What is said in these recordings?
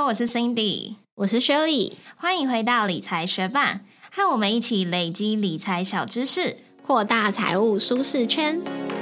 我是 Cindy， 我是 Shirley， 欢迎回到理财学霸，和我们一起累积理财小知识， 扩大财务舒适圈。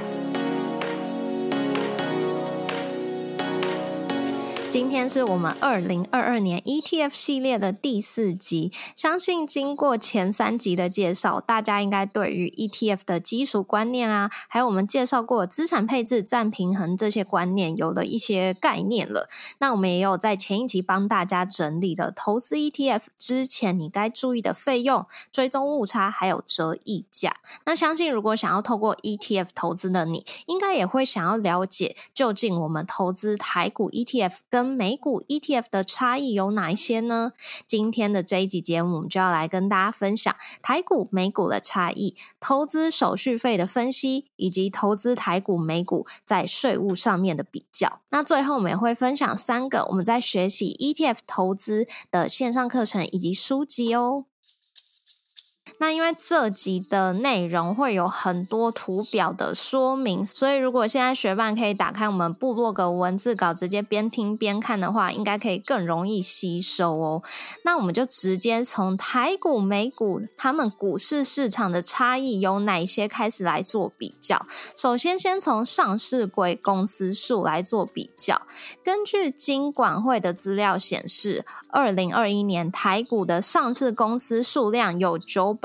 今天是我们2022年 ETF 系列的第4集，相信经过前3集的介绍，大家应该对于 ETF 的基础观念啊，还有我们介绍过资产配置、占平衡这些观念有了一些概念了。那我们也有在前一集帮大家整理了投资 ETF 之前你该注意的费用、追踪误差还有折溢价。那相信如果想要透过 ETF 投资的你，应该也会想要了解究竟我们投资台股 ETF 跟美股 ETF 的差异有哪一些呢？今天的这一集节目我们就要来跟大家分享台股美股的差异、投资手续费的分析，以及投资台股美股在税务上面的比较。那最后我们也会分享3个我们在学习 ETF 投资的线上课程以及书籍哦。那因为这集的内容会有很多图表的说明，所以如果现在学伴可以打开我们部落格文字稿，直接边听边看的话，应该可以更容易吸收哦。那我们就直接从台股、美股他们股市市场的差异有哪一些开始来做比较。首先从上市柜公司数来做比较。根据金管会的资料显示，2021年台股的上市公司数量有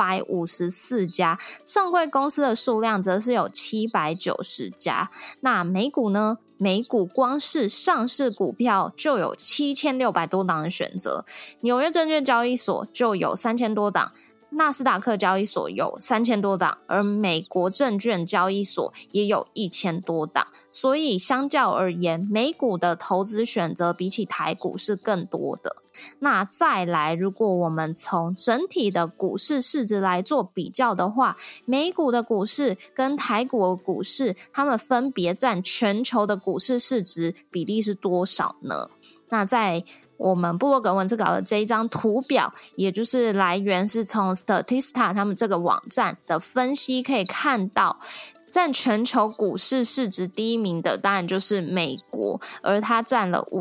954家，上柜公司的数量则是有790家。那美股呢？美股光是上市股票就有7600多档的选择，纽约证券交易所就有3000多档，纳斯达克交易所有3000多档，而美国证券交易所也有1000多档，所以相较而言，美股的投资选择比起台股是更多的。那再来，如果我们从整体的股市市值来做比较的话，美股的股市跟台股的股市，它们分别占全球的股市市值比例是多少呢？那在我们部落格文字稿的这一张图表，也就是来源是从 Statista 他们这个网站的分析可以看到，占全球股市市值第1名的当然就是美国，而它占了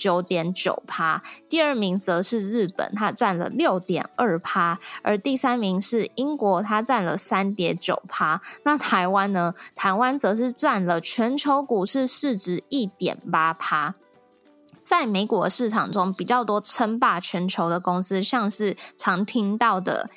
59.9%， 第2名则是日本，它占了 6.2%， 而第3名是英国，它占了 3.9%。 那台湾呢？台湾则是占了全球股市市值 1.8%。在美股的市场中，比较多称霸全球的公司，像是常听到的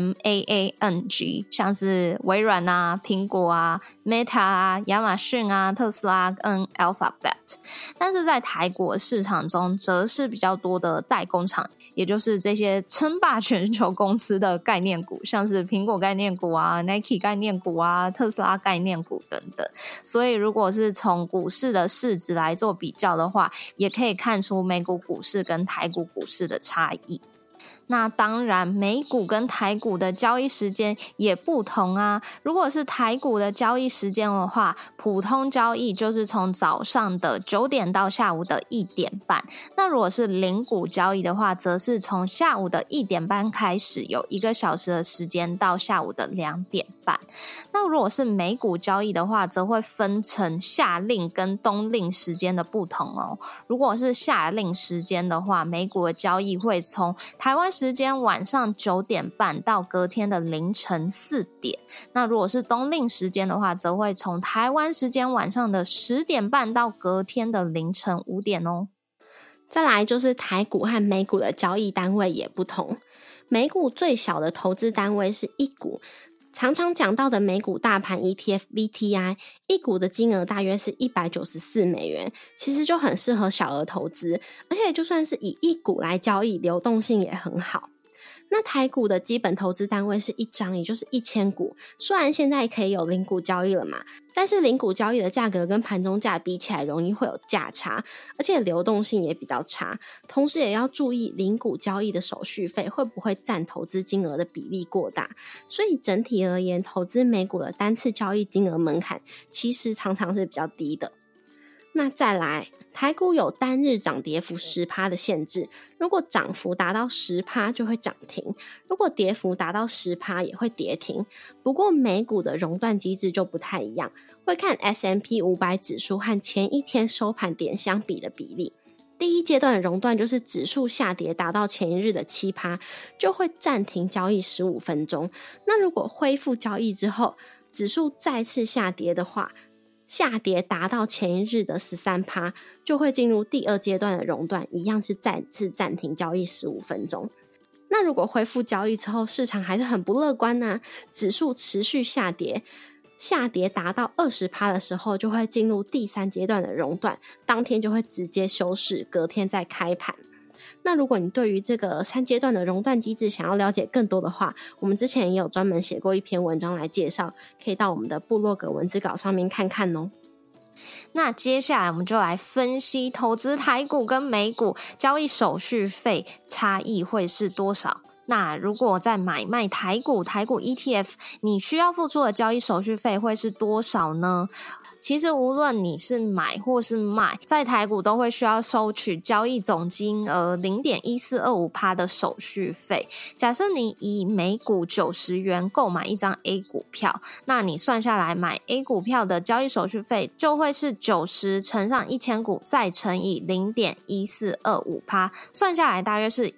MAANG， 像是微软啊、苹果啊、Meta 啊、亚马逊啊、特斯拉跟 Alphabet。 但是在台股的市场中，则是比较多的代工厂，也就是这些称霸全球公司的概念股，像是苹果概念股啊、Nike 概念股啊、特斯拉概念股等等。所以如果是从股市的市值来做比较的话，也可以看出美股股市跟台股股市的差异。那当然美股跟台股的交易时间也不同啊。如果是台股的交易时间的话，普通交易就是从早上的9点到下午的1点半。那如果是零股交易的话，则是从下午的1点半开始，有1个小时的时间到下午的2点半。那如果是美股交易的话，则会分成夏令跟冬令时间的不同哦。如果是夏令时间的话，美股的交易会从台湾时间晚上9点半到隔天的凌晨4点。那如果是冬令时间的话，则会从台湾时间晚上的10点半到隔天的凌晨5点哦。 再来就是台股和美股的交易单位也不同。美股最小的投资单位是1股，常常讲到的美股大盘 ETF VTI， 1股的金额大约是194美元，其实就很适合小额投资，而且就算是以1股来交易，流动性也很好。那台股的基本投资单位是1张，也就是1000股。虽然现在可以有零股交易了嘛，但是零股交易的价格跟盘中价比起来容易会有价差，而且流动性也比较差。同时也要注意零股交易的手续费会不会占投资金额的比例过大。所以整体而言，投资美股的单次交易金额门槛其实常常是比较低的。那再来，台股有单日涨跌幅 10% 的限制，如果涨幅达到 10% 就会涨停，如果跌幅达到 10% 也会跌停。不过美股的熔断机制就不太一样，会看 S&P 500 指数和前一天收盘点相比的比例。 第一阶段的熔断就是指数下跌达到前一日的 7%， 就会暂停交易15分钟。那如果恢复交易之后，指数再次下跌的话，下跌达到前一日的 13%， 就会进入第二阶段的熔断，一样是再次暂停交易15分钟。那如果恢复交易之后，市场还是很不乐观呢，指数持续下跌达到 20% 的时候，就会进入第三阶段的熔断，当天就会直接休市，隔天再开盘。那如果你对于这个3阶段的熔断机制想要了解更多的话，我们之前也有专门写过一篇文章来介绍，可以到我们的部落格文字稿上面看看哦。 那接下来我们就来分析投资台股跟美股交易手续费差异会是多少。那如果在买卖台股 ETF， 你需要付出的交易手续费会是多少呢？其实无论你是买或是卖，在台股都会需要收取交易总金额 0.1425% 的手续费。假设你以每股90元购买一张 A 股票，那你算下来买 A 股票的交易手续费就会是90乘上1000股再乘以 0.1425%， 算下来大约是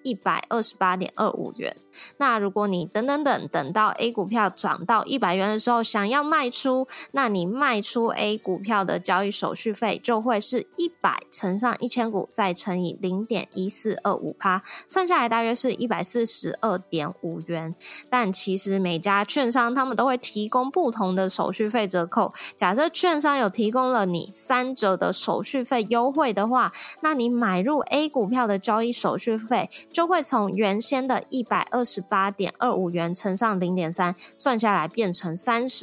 128.25 元。那如果你等到 A 股票涨到100元的时候想要卖出，那你卖出 A 股票的交易手续费就会是100乘上1000股再乘以 0.1425%， 算下来大约是 142.5 元。但其实每家券商他们都会提供不同的手续费折扣，假设券商有提供了你3折的手续费优惠的话，那你买入 A 股票的交易手续费就会从原先的128.25 元乘上 0.3 算下来变成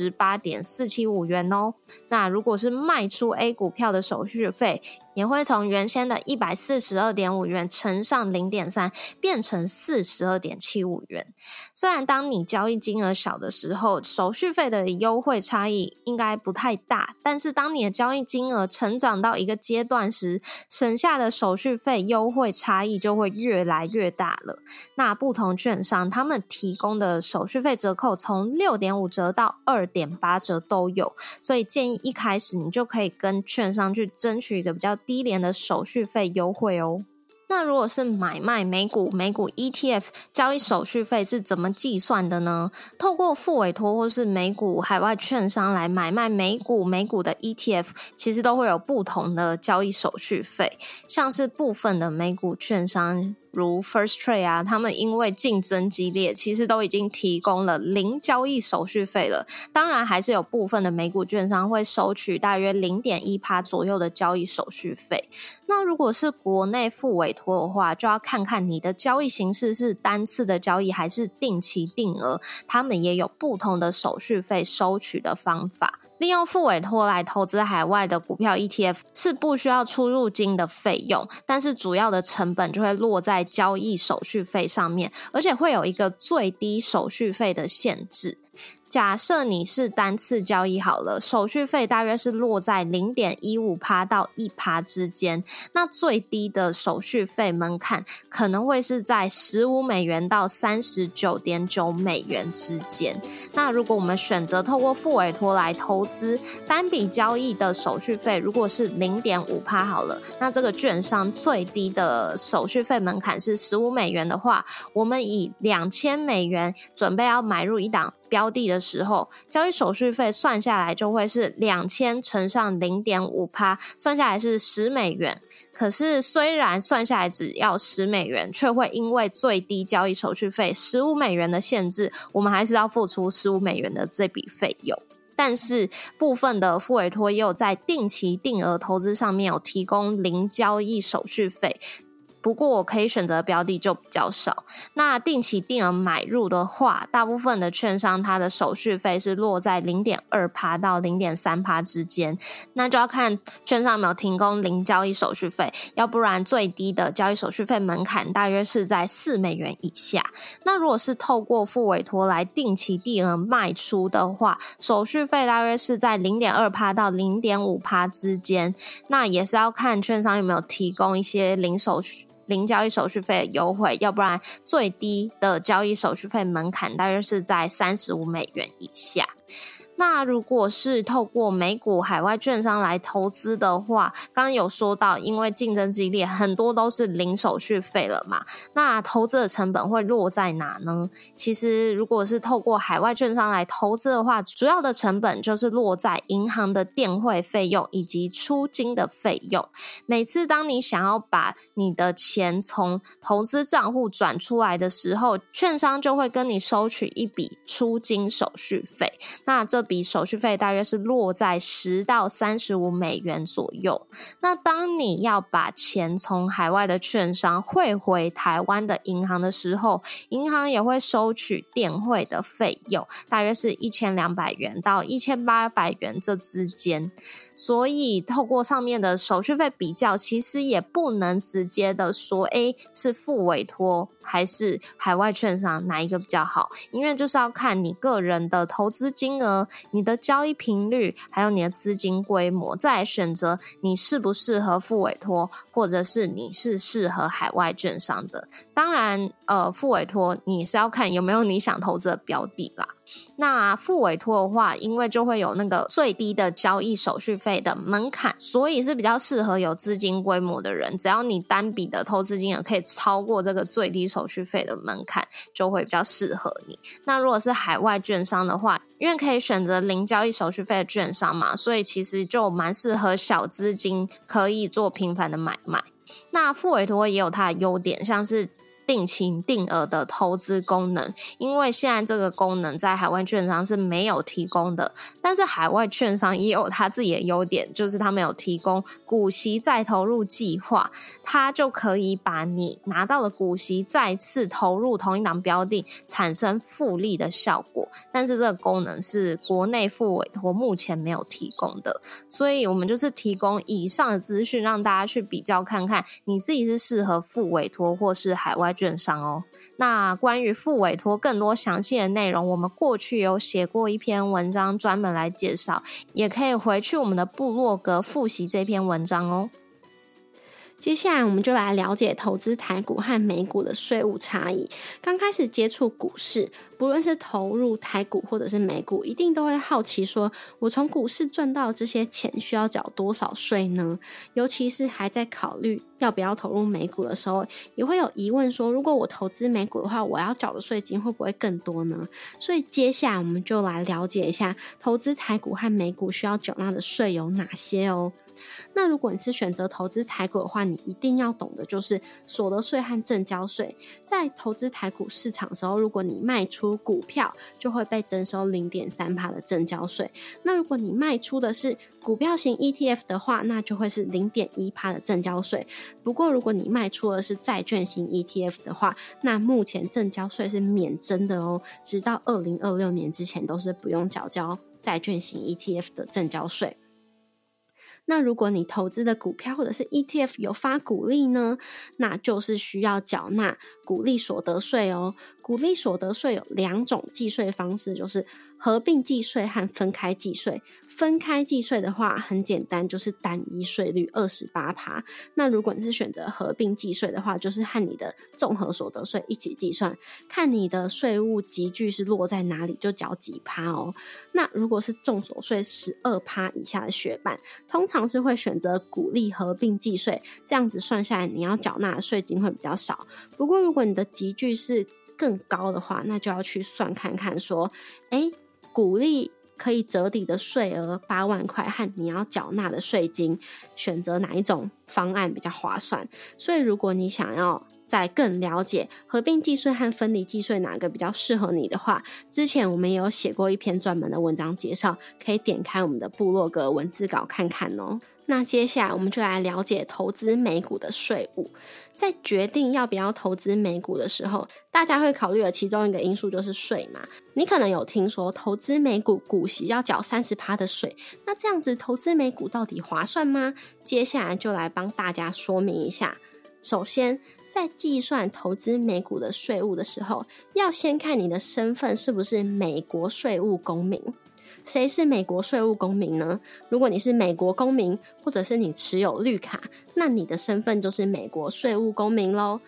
38.475 元哦。那如果是卖出 A 股票的手续费，也会从原先的 142.5 元乘上 0.3 变成 42.75 元。虽然当你交易金额小的时候，手续费的优惠差异应该不太大，但是当你的交易金额成长到一个阶段时，省下的手续费优惠差异就会越来越大了。那不同券商他们提供的手续费折扣从 6.5 折到 2.8 折都有，所以建议一开始你就可以跟券商去争取一个比较低廉的手续费优惠哦。那如果是买卖美股 ETF 交易手续费是怎么计算的呢？透过副委托或是美股海外券商来买卖美股的 ETF， 其实都会有不同的交易手续费。像是部分的美股券商如 First Trade 啊，他们因为竞争激烈，其实都已经提供了零交易手续费了。当然还是有部分的美股券商会收取大约 0.1% 左右的交易手续费。那如果是国内副委托的话，就要看看你的交易形式是单次的交易还是定期定额，他们也有不同的手续费收取的方法。利用副委托来投资海外的股票 ETF 是不需要出入金的费用，但是主要的成本就会落在交易手续费上面，而且会有一个最低手续费的限制。假设你是单次交易好了，手续费大约是落在 0.15% 到 1% 之间，那最低的手续费门槛可能会是在15美元到 39.9 美元之间。那如果我们选择透过副委托来投资，单笔交易的手续费如果是 0.5% 好了，那这个券商最低的手续费门槛是15美元的话，我们以2000美元准备要买入一档标的的时候，交易手续费算下来就会是2000乘上 0.5%， 算下来是10美元。可是虽然算下来只要10美元，却会因为最低交易手续费15美元的限制，我们还是要付出15美元的这笔费用。但是部分的副委托也有在定期定额投资上面有提供零交易手续费，不过我可以选择的标的就比较少。那定期定额买入的话，大部分的券商它的手续费是落在 0.2% 到 0.3% 之间，那就要看券商有没有提供零交易手续费，要不然最低的交易手续费门槛大约是在4美元以下。那如果是透过副委托来定期定额卖出的话，手续费大约是在 0.2% 到 0.5% 之间，那也是要看券商有没有提供一些零交易手续费的优惠，要不然最低的交易手续费门槛大约是在35美元以下。 那如果是透过美股海外券商来投资的话，刚刚有说到因为竞争激烈，很多都是零手续费了嘛，那投资的成本会落在哪呢？其实如果是透过海外券商来投资的话，主要的成本就是落在银行的电汇费用以及出金的费用。每次当你想要把你的钱从投资账户转出来的时候，券商就会跟你收取一笔出金手续费，那这笔手续费大约是落在10到35美元左右。那当你要把钱从海外的券商汇回台湾的银行的时候，银行也会收取电汇的费用，大约是1200元到1800元这之间。所以透过上面的手续费比较，其实也不能直接的说是付委托还是海外券商哪一个比较好，因为就是要看你个人的投资金额、你的交易频率还有你的资金规模，再来选择你适不适合付委托，或者是你是适合海外券商的。当然付委托你是要看有没有你想投资的标的啦。那付委托的话，因为就会有那个最低的交易手续费的门槛，所以是比较适合有资金规模的人，只要你单笔的投资金额可以超过这个最低手续费的门槛，就会比较适合你。那如果是海外券商的话，因为可以选择零交易手续费的券商嘛，所以其实就蛮适合小资金可以做频繁的买卖。那付委托也有它的优点，像是定期定额的投资功能，因为现在这个功能在海外券商是没有提供的，但是海外券商也有它自己的优点，就是他们有提供股息再投入计划，它就可以把你拿到的股息再次投入同一档标的，产生复利的效果，但是这个功能是国内付委托目前没有提供的，所以我们就是提供以上的资讯让大家去比较看看你自己是适合付委托或是海外券商哦。那关于付委托更多详细的内容，我们过去有写过一篇文章专门来介绍，也可以回去我们的部落格复习这篇文章哦。 接下来我们就来了解投资台股和美股的税务差异。刚开始接触股市，不论是投入台股或者是美股，一定都会好奇说，我从股市赚到这些钱需要缴多少税呢？尤其是还在考虑要不要投入美股的时候，也会有疑问说，如果我投资美股的话，我要缴的税金会不会更多呢？所以接下来我们就来了解一下投资台股和美股需要缴纳的税有哪些哦。那如果你是选择投资台股的话，你一定要懂的就是所得税和证交税。在投资台股市场的时候，如果你卖出股票，就会被征收 0.3% 的证交税。那如果你卖出的是股票型 ETF 的话，那就会是 0.1% 的证交税。不过如果你卖出的是债券型 ETF 的话，那目前证交税是免征的哦，直到2026年之前都是不用缴交债券型 ETF 的证交税。那如果你投资的股票或者是 ETF 有发股利呢，那就是需要缴纳股利所得税哦。股利所得税有2种计税方式，就是合并计税和分开计税。分开计税的话很简单，就是单一税率 28%。 那如果你是选择合并计税的话，就是和你的综合所得税一起计算，看你的税务集聚是落在哪里就缴几%哦。那如果是综所税 12% 以下的学伴，通常是会选择股利合并计税，这样子算下来你要缴纳的税金会比较少。不过如果你的集聚是更高的话，那就要去算看看说，股利可以折抵的税额8万块和你要缴纳的税金，选择哪一种方案比较划算。所以如果你想要再更了解合并计税和分离计税哪个比较适合你的话，之前我们也有写过一篇专门的文章介绍，可以点开我们的部落格文字稿看看哦。那接下来我们就来了解投资美股的税务。在决定要不要投资美股的时候，大家会考虑的其中一个因素就是税嘛。你可能有听说投资美股股息要缴 30% 的税，那这样子投资美股到底划算吗？接下来就来帮大家说明一下。首先，在计算投资美股的税务的时候，要先看你的身份是不是美国税务公民。谁是美国税务公民呢？如果你是美国公民，或者是你持有绿卡，那你的身份就是美国税务公民咯。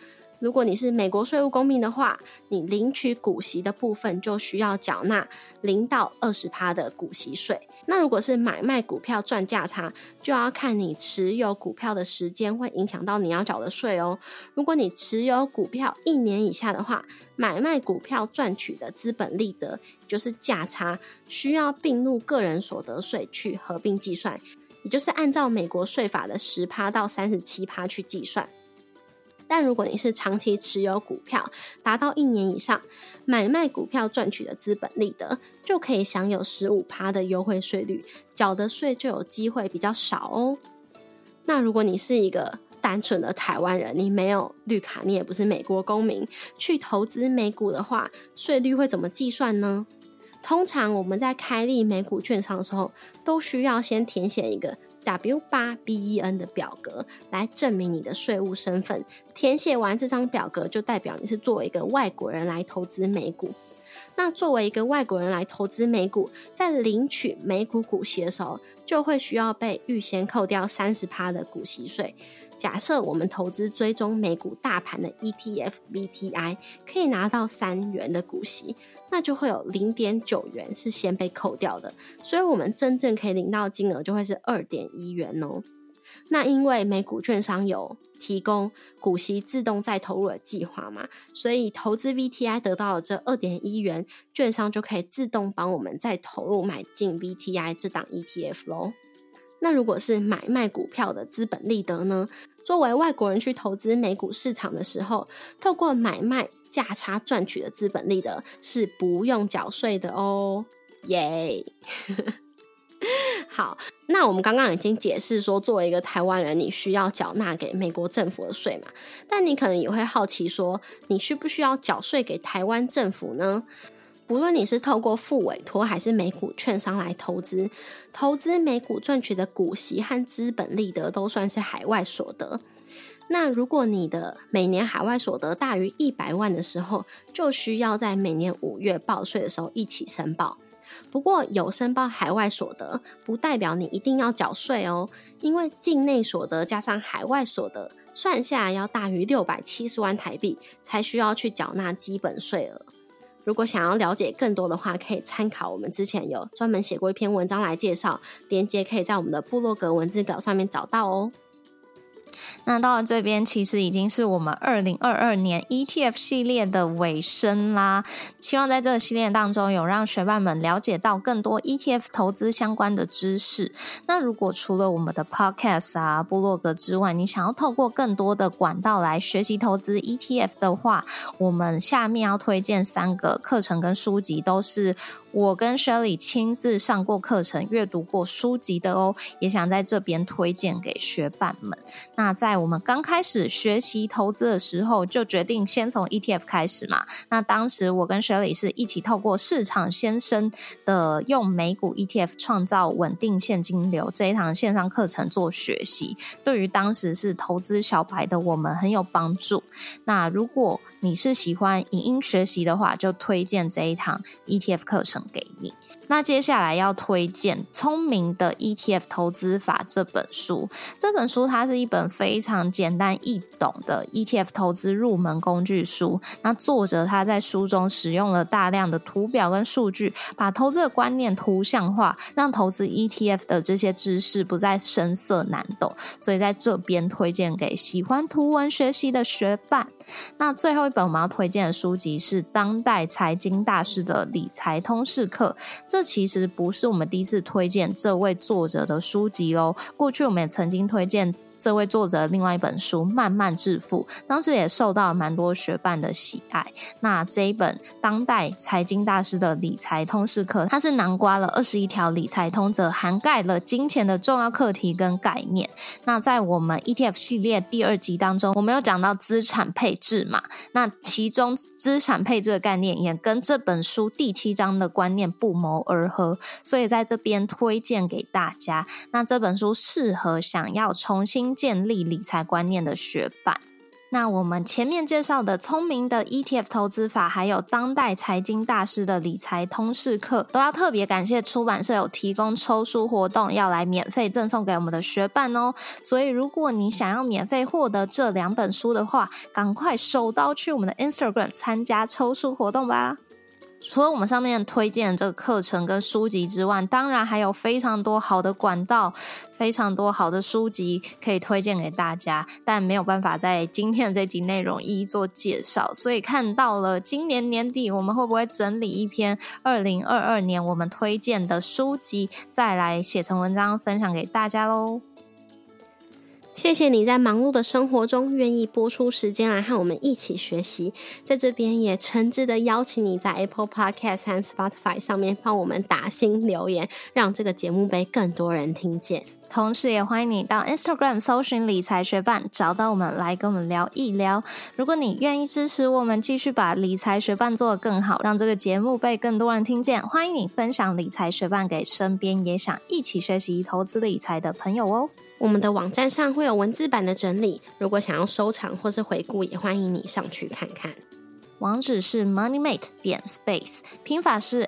如果你是美国税务公民的话，你领取股息的部分就需要缴纳0到20%的股息税。那如果是买卖股票赚价差，就要看你持有股票的时间会影响到你要缴的税哦。如果你持有股票1年以下的话，买卖股票赚取的资本利得，也就是价差，需要并入个人所得税去合并计算，也就是按照美国税法的10%到37%去计算。但如果你是长期持有股票达到1年以上，买卖股票赚取的资本利得就可以享有 15% 的优惠税率，缴的税就有机会比较少哦。那如果你是一个单纯的台湾人，你没有绿卡，你也不是美国公民，去投资美股的话，税率会怎么计算呢？通常我们在开立美股券商的时候，都需要先填写一个W8BEN 的表格来证明你的税务身份。填写完这张表格，就代表你是作为一个外国人来投资美股。那作为一个外国人来投资美股，在领取美股股息的时候，就会需要被预先扣掉 30% 的股息税。假设我们投资追踪美股大盘的 ETF VTI 可以拿到3元的股息，那就会有 0.9 元是先被扣掉的，所以我们真正可以领到的金额就会是 2.1 元哦。那因为美股券商有提供股息自动再投入的计划嘛，所以投资 VTI 得到了这 2.1 元，券商就可以自动帮我们再投入买进 VTI 这档 ETF 咯。那如果是买卖股票的资本利得呢？作为外国人去投资美股市场的时候，透过买卖价差赚取的资本利得是不用缴税的哦，耶！好，那我们刚刚已经解释说，作为一个台湾人，你需要缴纳给美国政府的税嘛？但你可能也会好奇说，你需不需要缴税给台湾政府呢？不论你是透过附委托还是美股券商来投资美股赚取的股息和资本利得都算是海外所得。那如果你的每年海外所得大于100万的时候，就需要在每年5月报税的时候一起申报。不过有申报海外所得不代表你一定要缴税哦，因为境内所得加上海外所得算下来要大于670万台币才需要去缴纳基本税额。如果想要了解更多的话，可以参考我们之前有专门写过一篇文章来介绍，连结可以在我们的部落格文字稿上面找到哦。 那到了这边，其实已经是我们2022年 ETF 系列的尾声啦。希望在这个系列当中，有让学伴们了解到更多 ETF 投资相关的知识。那如果除了我们的 Podcast 啊、部落格之外，你想要透过更多的管道来学习投资 ETF 的话，我们下面要推荐3个课程跟书籍，都是我跟 Shirley 亲自上过课程、阅读过书籍的哦，也想在这边推荐给学伴们。那在我们刚开始学习投资的时候，就决定先从 ETF 开始嘛。那当时我跟 Shirley 是一起透过市场先生的用美股 ETF 创造稳定现金流这一堂线上课程做学习，对于当时是投资小白的我们很有帮助。那如果你是喜欢影音学习的话，就推荐这一堂 ETF 课程给你。那接下来要推荐《聪明的 ETF 投资法》这本书。这本书它是一本非常简单易懂的 ETF 投资入门工具书。那作者他在书中使用了大量的图表跟数据，把投资的观念图像化，让投资 ETF 的这些知识不再深涩难懂。所以在这边推荐给喜欢图文学习的学伴。那最后一本我们要推荐的书籍是当代财经大师的理财通识课。这其实不是我们第一次推荐这位作者的书籍咯，过去我们也曾经推荐这位作者的另外一本书《慢慢致富》，当时也受到蛮多学伴的喜爱。那这一本当代财经大师的理财通识课，它是囊括了21条理财通则，涵盖了金钱的重要课题跟概念。那在我们 ETF 系列第2集当中，我们有讲到资产配置嘛，那其中资产配置的概念也跟这本书第7章的观念不谋而合，所以在这边推荐给大家。那这本书适合想要重新建立理财观念的学伴。 那我们前面介绍的聪明的 ETF 投资法，还有当代财经大师的理财通识课，都要特别感谢出版社有提供抽书活动，要来免费赠送给我们的学伴哦。所以如果你想要免费获得这2本书的话，赶快手刀去我们的 Instagram 参加抽书活动吧。除了我们上面推荐的这个课程跟书籍之外，当然还有非常多好的管道，非常多好的书籍可以推荐给大家，但没有办法在今天的这集内容一一做介绍，所以看到了今年年底我们会不会整理一篇2022年我们推荐的书籍，再来写成文章分享给大家咯。 谢谢你在忙碌的生活中愿意拨出时间来和我们一起学习，在这边也诚挚的邀请你在 Apple Podcast 和 Spotify 上面帮我们打星留言，让这个节目被更多人听见。 同时也欢迎你到 Instagram 搜寻理财学伴，找到我们来跟我们聊一聊。如果你愿意支持我们继续把理财学伴做得更好，让这个节目被更多人听见，欢迎你分享理财学伴给身边也想一起学习投资理财的朋友哦。 我们的网站上会有文字版的整理，如果想要收藏或是回顾，也欢迎你上去看看。 网址是 moneymate.space， 拼法是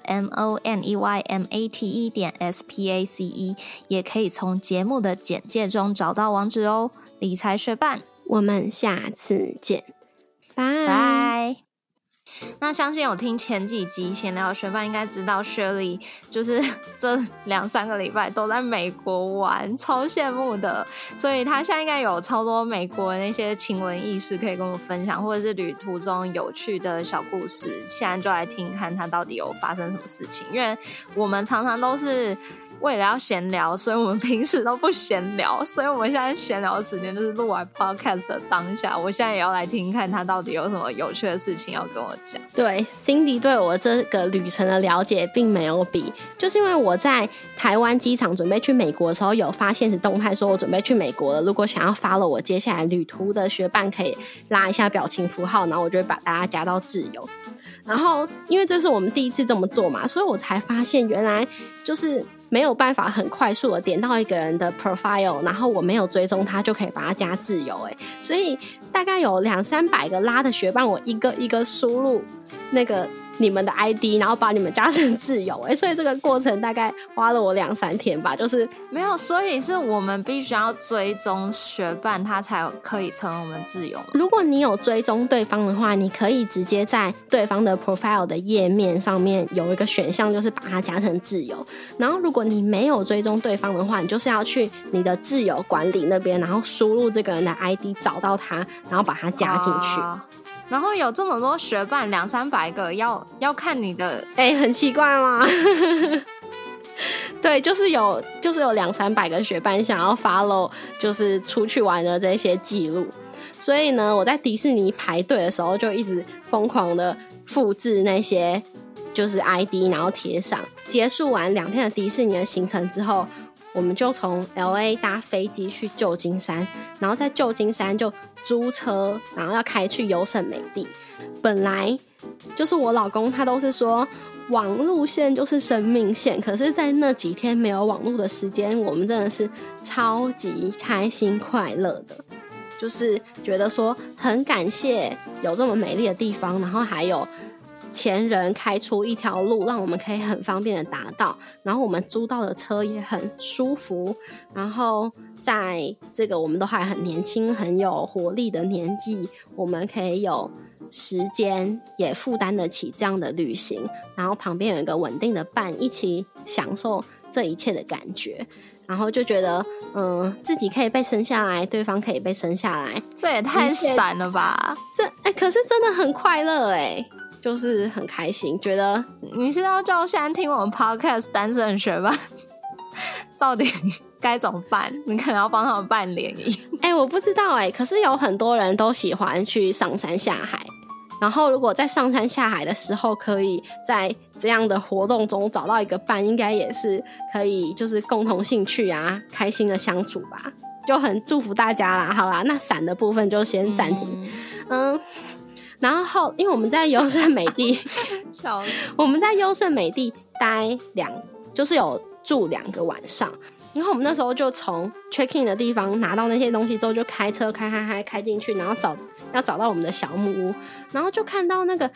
moneymate.space， 也可以从节目的简介中找到网址哦。理财学伴， 我们下次见， 拜。那相信有听前几集闲聊的学伴应该知道 Shirley 就是这2-3个礼拜都在美国玩，超羡慕的，所以他现在应该有超多美国的那些情闻轶事可以跟我分享，或者是旅途中有趣的小故事，现在就来听看他到底有发生什么事情。因为我们常常都是为了要闲聊，所以我们平时都不闲聊，所以我们现在闲聊的时间就是录完 podcast 的当下，我现在也要来听看他到底有什么有趣的事情要跟我讲。 对， Cindy 对我这个旅程的了解并没有比，就是因为我在台湾机场准备去美国的时候有发现实动态说我准备去美国了，如果想要 follow 我接下来旅途的学伴可以拉一下表情符号，然后我就会把大家加到挚友。然后因为这是我们第一次这么做嘛，所以我才发现原来就是没有办法很快速的点到一个人的 profile， 然后我没有追踪他就可以把他加挚友，所以大概有200-300个拉的学伴，我一个一个输入那个你们的 ID， 然后把你们加成挚友，所以这个过程大概花了我2-3天吧，就是没有，所以是我们必须要追踪学伴，他才可以成为我们挚友。 如果你有追踪对方的话，你可以直接在对方的 profile 的页面上面有一个选项，就是把它加成挚友。然后如果你没有追踪对方的话，你就是要去你的挚友管理那边，然后输入这个人的 ID， 找到他，然后把他加进去。 然后有这么多学伴200-300个要看你的， 很奇怪吗？对，就是有200-300个学伴想要 follow 就是出去玩的这些记录，所以呢我在迪士尼排队的时候就一直疯狂的复制那些就是 ID， 然后贴上。结束完2天的迪士尼的行程之后，我们就从 LA 搭飞机去旧金山，然后在旧金山就租车，然后要开去优胜美地。本来就是我老公他都是说网路线就是生命线，可是在那几天没有网路的时间，我们真的是超级开心快乐的，就是觉得说很感谢有这么美丽的地方，然后还有前人开出一条路让我们可以很方便的达到，然后我们租到的车也很舒服，然后在这个我们都还很年轻很有活力的年纪，我们可以有时间也负担得起这样的旅行，然后旁边有一个稳定的伴一起享受这一切的感觉，然后就觉得自己可以被生下来，对方可以被生下来， 这也太闪了吧。 可是真的很快乐就是很开心，觉得你是要叫现在听我们 podcast 单身学伴到底该怎么办？你可能要帮他们办联谊。 我不知道可是有很多人都喜欢去上山下海，然后如果在上山下海的时候可以在这样的活动中找到一个伴，应该也是可以就是共同兴趣啊，开心的相处吧，就很祝福大家啦。好啦，那闪的部分就先暂停。然后因为我们在优胜美地我们在优胜美地待就是有住2个晚上，然后我们那时候就从 check in 的地方拿到那些东西之后，就开车开进去，然后找要找到我们的小木屋，然后就看到那个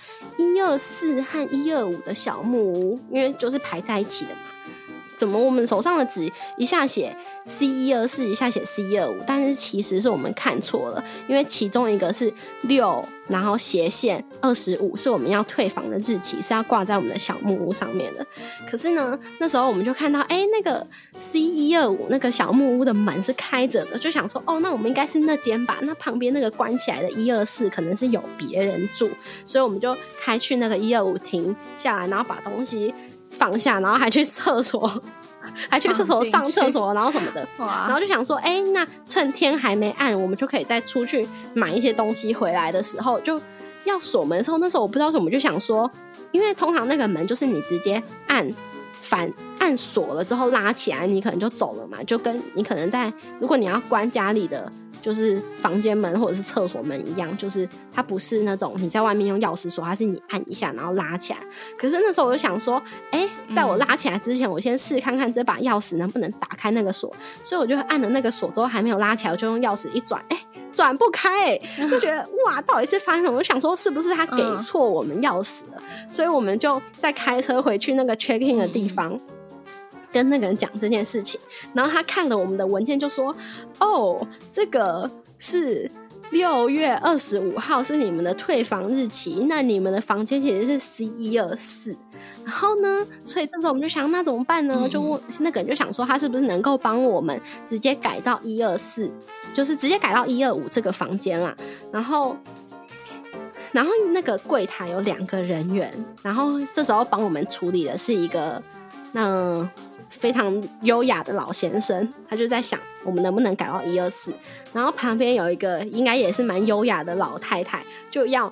124和125的小木屋，因为就是排在一起的嘛。怎么我们手上的纸一下写 C124 一下写 C125， 但是其实是我们看错了，因为其中一个是6然后斜线25是我们要退房的日期，是要挂在我们的小木屋上面的。可是呢那时候我们就看到那个 C125 那个小木屋的门是开着的，就想说那我们应该是那间吧，那旁边那个关起来的124可能是有别人住，所以我们就开去那个125停下来，然后把东西放下，然后还去厕所上厕所然后什么的，然后就想说那趁天还没暗，我们就可以再出去买一些东西，回来的时候就要锁门的时候，那时候我不知道为什么我就想说，因为通常那个门就是你直接按锁了之后拉起来你可能就走了嘛，就跟你可能如果你要关家里的就是房间门或者是厕所门一样，就是它不是那种你在外面用钥匙锁，它是你按一下然后拉起来。可是那时候我就想说在我拉起来之前我先试看看这把钥匙能不能打开那个锁，所以我就按了那个锁之后还没有拉起来，我就用钥匙一转转不开就觉得哇到底是发生什么，我就想说是不是他给错我们钥匙了，所以我们就再开车回去那个 check in 的地方跟那个人讲这件事情，然后他看了我们的文件就说这个是6月25号是你们的退房日期，那你们的房间其实是 C124， 然后呢所以这时候我们就想那怎么办呢，就问那个人就想说他是不是能够帮我们直接改到124，就是直接改到125这个房间啦，然后那个柜台有2个人员，然后这时候帮我们处理的是一个非常优雅的老先生，他就在想我们能不能改到124，然后旁边有一个应该也是蛮优雅的老太太，就要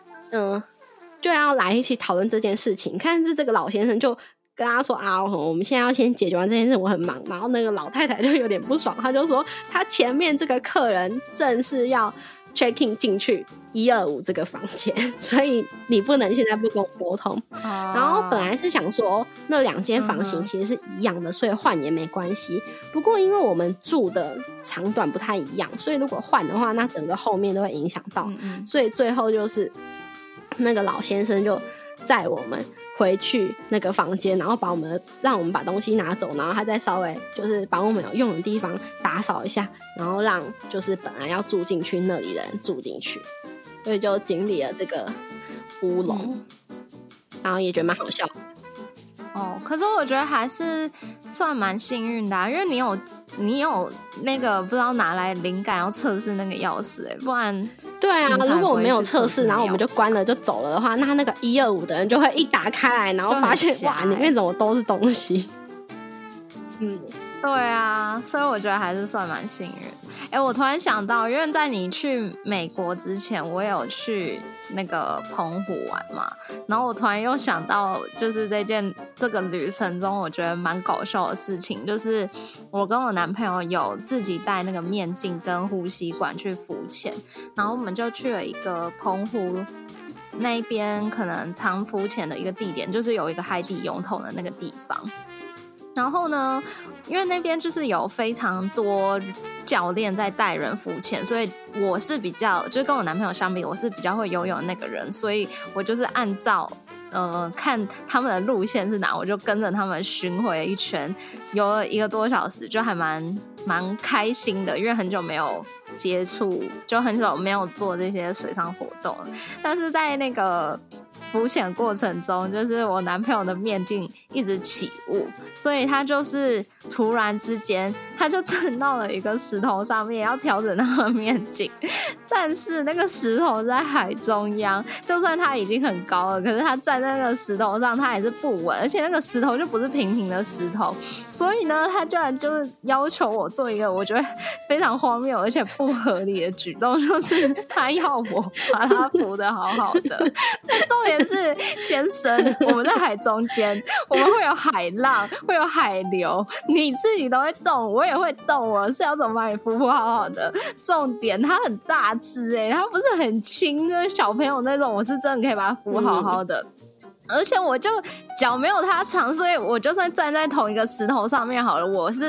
来一起讨论这件事情。看是这个老先生就跟他说我们现在要先解决完这件事，我很忙。然后那个老太太就有点不爽，他就说他前面这个客人正是要 check in 进去125这个房间，所以你不能现在不跟我沟通。然后本来是想说那2间房型其实是一样的，所以换也没关系。不过因为我们住的长短不太一样，所以如果换的话那整个后面都会影响到，所以最后就是那个老先生就载我们回去那个房间，然后让我们把东西拿走，然后他再稍微就是把我们有用的地方打扫一下，然后让就是本来要住进去那里的人住进去，所以就经历了这个乌龙，然后也觉得蛮好笑。 可是我觉得还是算蛮幸运的因为你有那个不知道拿来灵感要测试那个钥匙不然对啊，如果我没有测试然后我们就关了就走了的话，那个125的人就会一打开来然后发现哇里面怎么都是东西。 对啊，所以我觉得还是算蛮幸运。我突然想到，因为在你去美国之前我有去那个澎湖玩嘛，然后我突然又想到就是这个旅程中我觉得蛮搞笑的事情，就是我跟我男朋友有自己带那个面镜跟呼吸管去浮潜，然后我们就去了一个澎湖那边可能常浮潜的一个地点，就是有一个海底泳桶的那个地方。然后呢因为那边就是有非常多教练在带人浮潜，所以我是比较就是跟我男朋友相比我是比较会游泳的那个人，所以我就是按照看他们的路线是哪，我就跟着他们巡回一圈，游了1个多小时，就还蛮开心的，因为很久没有接触，就很久没有做这些水上活动，但是在那个浮潜过程中，就是我男朋友的面镜一直起雾，所以他就是突然之间他就站到了一个石头上面要调整他的面镜，但是那个石头在海中央，就算他已经很高了，可是他站在那个石头上他还是不稳，而且那个石头就不是平平的石头，所以呢他居然就是要求我做一个我觉得非常荒谬而且不合理的举动，就是他要我把他扶得好好的重点是先生我们在海中间我们会有海浪会有海流，你自己都会动我也会动，我是要怎么把你扶好好的，重点他很大只他不是很轻，就是小朋友那种，我是真的可以把他扶好好的而且我就脚没有他长，所以我就算站在同一个石头上面好了，我是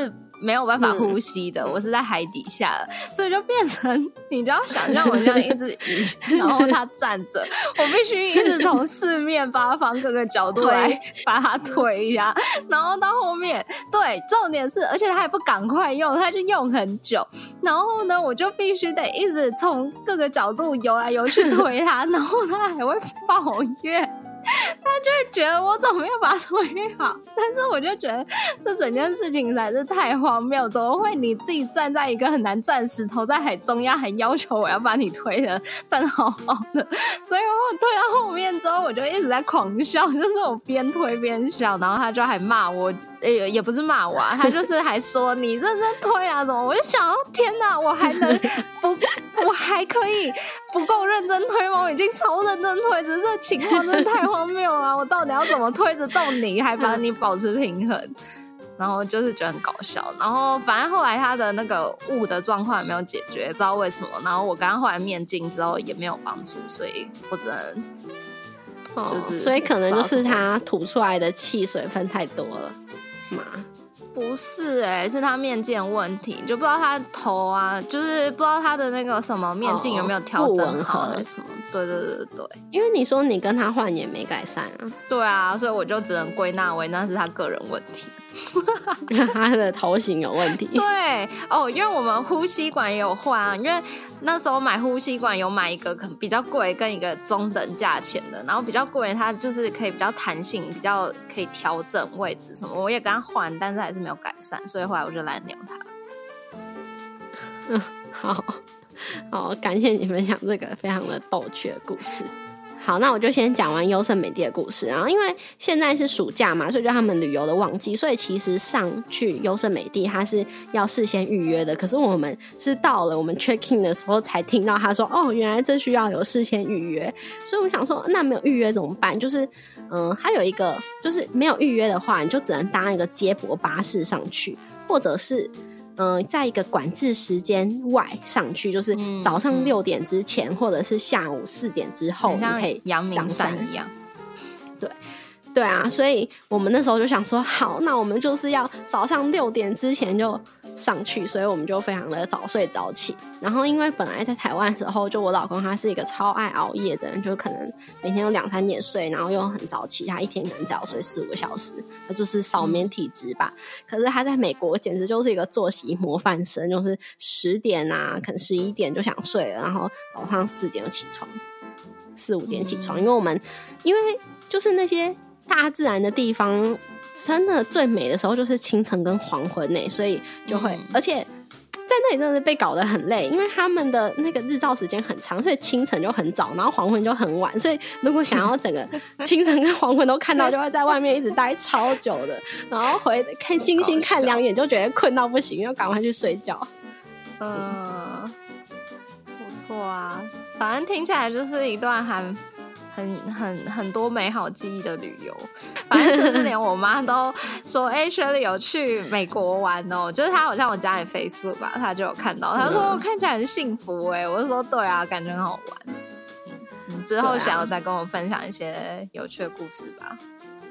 没有办法呼吸的，我是在海底下的，所以就变成你就要想象我像一只鱼，然后它站着，我必须一直从四面八方各个角度来把它推一下，然后到后面，对，重点是，而且它还不赶快用，它就用很久，然后呢，我就必须得一直从各个角度游来游去推它，然后它还会抱怨。他就会觉得我怎么没有把它推好，但是我就觉得这整件事情实在是太荒谬，怎么会你自己站在一个很难站石头在海中央，还要求我要把你推的站好好的，所以我推到后面之后，我就一直在狂笑，就是我边推边笑，然后他就还骂我，也不是骂我啊，他就是还说你认真推啊怎么，我就想到天哪，我还能我还可以不够认真推吗？我已经超认真推，只是这情况真的太荒谬了，我到底要怎么推得动你，还把你保持平衡？然后就是觉得很搞笑，然后反正后来他的那个雾的状况也没有解决，不知道为什么。然后我跟他后来面镜之后也没有帮助，所以我只能就是、 所以可能就是他吐出来的气水分太多了嘛。 不是是他面镜问题，就不知道他头啊，就是不知道他的那个什么面镜有没有调整好还是什么。对， 因为你说你跟他换也没改善啊。 对啊，所以我就只能归纳为那是他个人问题。 他的头型有问题。 对因为我们呼吸管也有换啊，因为那时候买呼吸管有买一个可能比较贵跟一个中等价钱的，然后比较贵它就是可以比较弹性，比较可以调整位置什么，我也跟他换，但是还是没有改善，所以后来我就懒得鸟他。好，感谢你分享这个非常的逗趣的故事。好，那我就先讲完优胜美地的故事。然后因为现在是暑假嘛，所以就他们旅游的旺季，所以其实上去优胜美地它是要事先预约的。可是我们是到了我们 check in 的时候才听到他说原来这需要有事先预约。所以我想说那没有预约怎么办？就是还有一个就是没有预约的话，你就只能搭一个接驳巴士上去，或者是在一个管制时间外上去，就是早上6点之前，或者是下午4点之后，你可以阳明山一样。 对啊，所以我们那时候就想说，好，那我们就是要早上6点之前就上去，所以我们就非常的早睡早起。然后因为本来在台湾的时候，就我老公他是一个超爱熬夜的人，就可能每天有2-3点睡，然后又很早起，他一天可能只要睡4-5个小时，他就是少眠体质吧。可是他在美国简直就是一个作息模范生，就是10点啊，可能11点就想睡了，然后早上4点就起床，4-5点起床。因为就是那些大自然的地方真的最美的时候就是清晨跟黄昏所以就会而且在那里真的是被搞得很累，因为他们的那个日照时间很长，所以清晨就很早，然后黄昏就很晚，所以如果想要整个清晨跟黄昏都看到，就会在外面一直待超久的，然后回看星星看2眼就觉得困到不行，要赶快去睡觉。 不错啊，反正听起来就是一段很多美好记忆的旅游，反正甚至连我妈都说Shirley 有去美国玩就是她好像我加你 Facebook 吧，她就有看到，她说看起来很幸福我就说对啊，感觉很好玩。之后想要再跟我分享一些有趣的故事吧。